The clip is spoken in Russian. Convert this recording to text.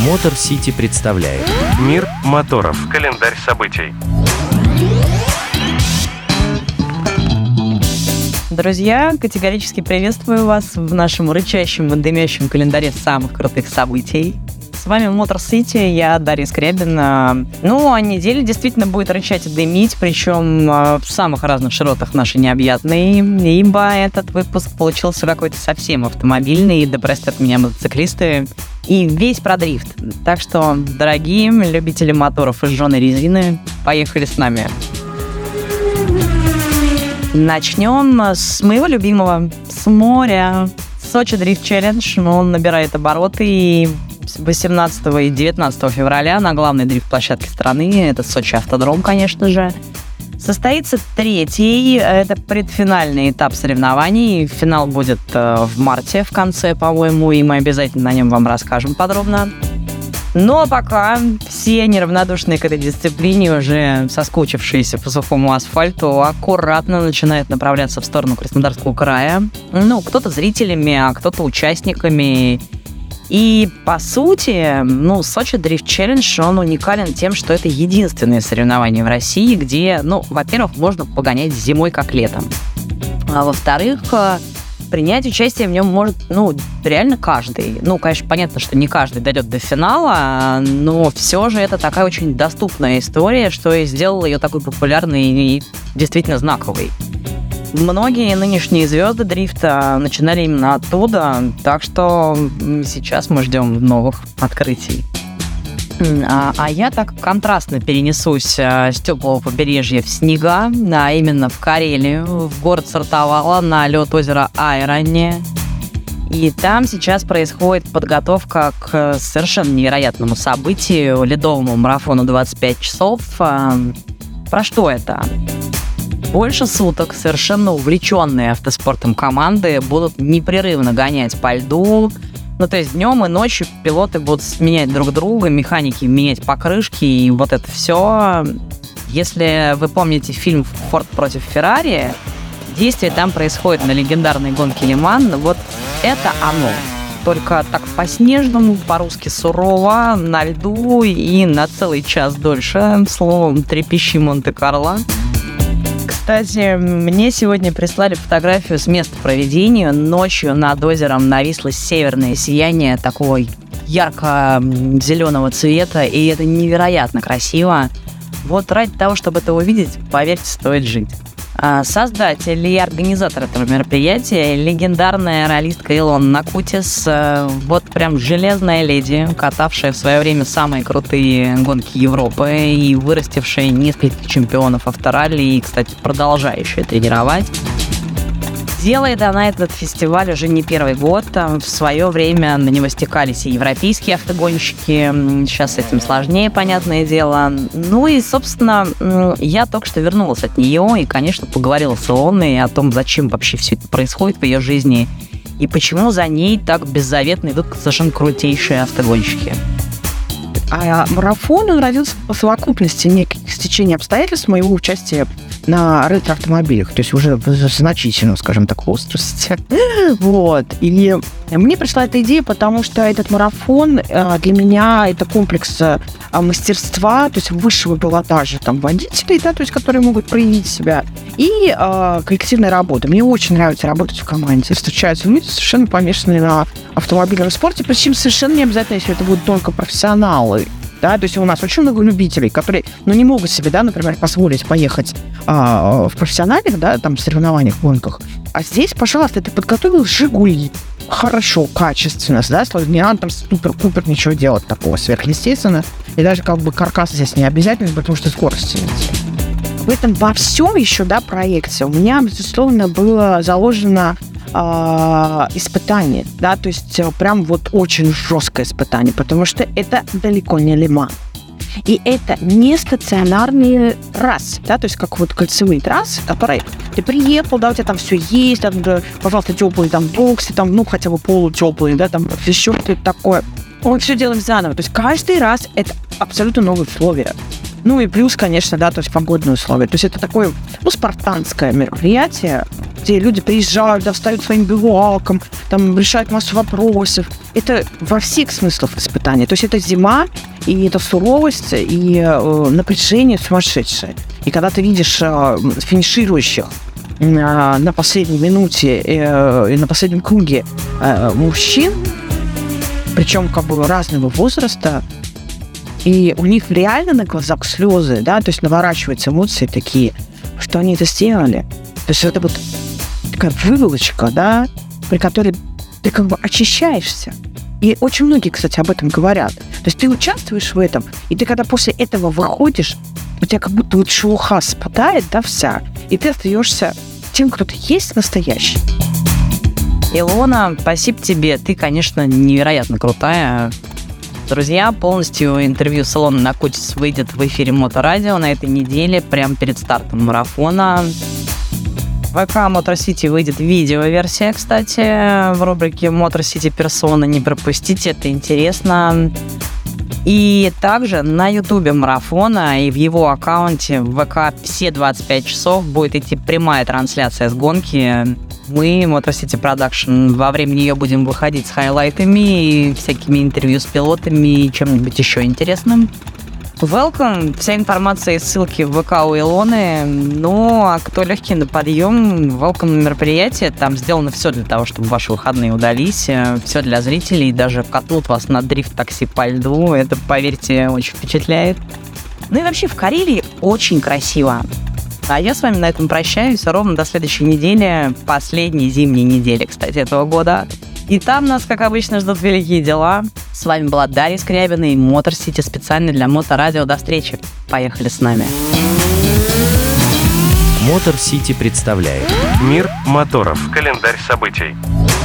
Мотор Сити представляет Мир моторов. Календарь событий. Друзья, категорически приветствую вас в нашем рычащем и дымящем календаре самых крутых событий. С вами Мотор Сити, я Дарья Скрябина. А неделя действительно будет рычать и дымить, причем в самых разных широтах нашей необъятной, ибо этот выпуск получился какой-то совсем автомобильный, да простят меня мотоциклисты, и весь про дрифт. Так что, дорогие любители моторов и жженой резины, поехали с нами. Начнем с моего любимого, с моря. Сочи Дрифт Челлендж, он набирает обороты, и 18 и 19 февраля на главной дрифт-площадке страны, это Сочи Автодром, конечно же, состоится третий, это предфинальный этап соревнований. Финал будет в марте, в конце, по-моему, и мы обязательно на нем вам расскажем подробно. Но пока все неравнодушные к этой дисциплине, уже соскучившиеся по сухому асфальту, аккуратно начинают направляться в сторону Краснодарского края. Кто-то зрителями, а кто-то участниками. И, по сути, Сочи Дрифт Челлендж, он уникален тем, что это единственное соревнование в России, где, во-первых, можно погонять зимой как летом. А во-вторых, принять участие в нем может, реально каждый. Конечно, понятно, что не каждый дойдет до финала, но все же это такая очень доступная история, что и сделало ее такой популярной и действительно знаковой. Многие нынешние звезды дрифта начинали именно оттуда, так что сейчас мы ждем новых открытий. А я так контрастно перенесусь с теплого побережья в снега, а именно в Карелию, в город Сартовала, на лед озера Айране. И там сейчас происходит подготовка к совершенно невероятному событию, ледовому марафону 25 часов. Про что это? Больше суток совершенно увлеченные автоспортом команды будут непрерывно гонять по льду. То есть днем и ночью пилоты будут сменять друг друга, механики менять покрышки и вот это все. Если вы помните фильм «Форд против Феррари», действие там происходит на легендарной гонке Ле-Ман. Вот это оно. Только так по-снежному, по-русски сурово, на льду и на целый час дольше. Словом, трепещи Монте-Карло. Кстати, мне сегодня прислали фотографию с места проведения. Ночью над озером нависло северное сияние такого ярко-зеленого цвета, и это невероятно красиво. Вот ради того, чтобы это увидеть, поверьте, стоит жить. Создатель и организатор этого мероприятия — легендарная раллистка Илона Накутис, вот прям железная леди, катавшая в свое время самые крутые гонки Европы и вырастившая нескольких чемпионов авторалли и, кстати, продолжающая тренировать. Делает она этот фестиваль уже не первый год. В свое время на него стекались и европейские автогонщики. Сейчас с этим сложнее, понятное дело. И, собственно, я только что вернулась от нее и, конечно, поговорила с Илоной о том, зачем вообще все это происходит в ее жизни и почему за ней так беззаветно идут совершенно крутейшие автогонщики. А марафон, он родился по совокупности неких стечений обстоятельств моего участия на ретро-автомобилях, то есть уже значительно, скажем так, возрасте. Вот. И мне пришла эта идея, потому что этот марафон для меня это комплекс мастерства, то есть высшего пилотажа водителей, то есть которые могут проявить себя, и коллективная работа. Мне очень нравится работать в команде. Встречаются люди, совершенно помешанные на автомобильном спорте, причем совершенно не обязательно, если это будут только профессионалы. Да, то есть у нас очень много любителей, которые, не могут себе, например, позволить поехать в профессиональных, соревнованиях, гонках. А здесь, пожалуйста, ты подготовил «Жигули». Хорошо, качественно, не надо супер-пупер ничего делать такого сверхъестественно. И даже каркас здесь не обязательно, потому что скорость теряется. В этом во всем еще, проекте у меня, безусловно, было заложено испытание, то есть прям очень жесткое испытание, потому что это далеко не Ле-Ман. И это не стационарные трассы, то есть как кольцевые трассы, которые ты приехал, у тебя там все есть, пожалуйста, теплые боксы, хотя бы полутеплые, еще что-то такое. Мы все делаем заново, то есть каждый раз это абсолютно новые условия. Ну и плюс, конечно, да, то есть погодные условия. То есть это такое, спартанское мероприятие, где люди приезжают, да, встают своим бивуаком, там решают массу вопросов. Это во всех смыслах испытания. То есть это зима, и это суровость, и напряжение сумасшедшее. И когда ты видишь финиширующих на последней минуте и на последнем круге мужчин, причем как бы разного возраста, и у них реально на глазах слезы, да, то есть наворачиваются эмоции такие, что они это сделали. То есть это вот такая выволочка, да, при которой ты как бы очищаешься. И очень многие, кстати, об этом говорят. То есть ты участвуешь в этом, и ты когда после этого выходишь, у тебя как будто вот шелуха спадает, да, вся, и ты остаешься тем, кто ты есть настоящий. Илона, спасибо тебе. Ты, конечно, невероятно крутая. Друзья, полностью интервью с Илоной Накутис выйдет в эфире Моторадио на этой неделе, прямо перед стартом марафона. В ВК Motor City выйдет видеоверсия, кстати, в рубрике Motor City Persona. Не пропустите, это интересно. И также на ютубе марафона и в его аккаунте в ВК все 25 часов будет идти прямая трансляция с гонки. Мы, Motor City Production, во время нее будем выходить с хайлайтами и всякими интервью с пилотами и чем-нибудь еще интересным. Welcome! Вся информация и ссылки в ВК у Илоны. Ну, а кто легкий на подъем, welcome на мероприятие. Там сделано все для того, чтобы ваши выходные удались. Все для зрителей. Даже катнут вас на дрифт-такси по льду. Это, поверьте, очень впечатляет. Ну и вообще в Карелии очень красиво. А я с вами на этом прощаюсь ровно до следующей недели. Последней зимней недели, кстати, этого года. И там нас, как обычно, ждут великие дела. С вами была Дарья Скрябина и Motor City специально для Моторадио. До встречи. Поехали с нами. Motor City представляет Мир моторов. Календарь событий.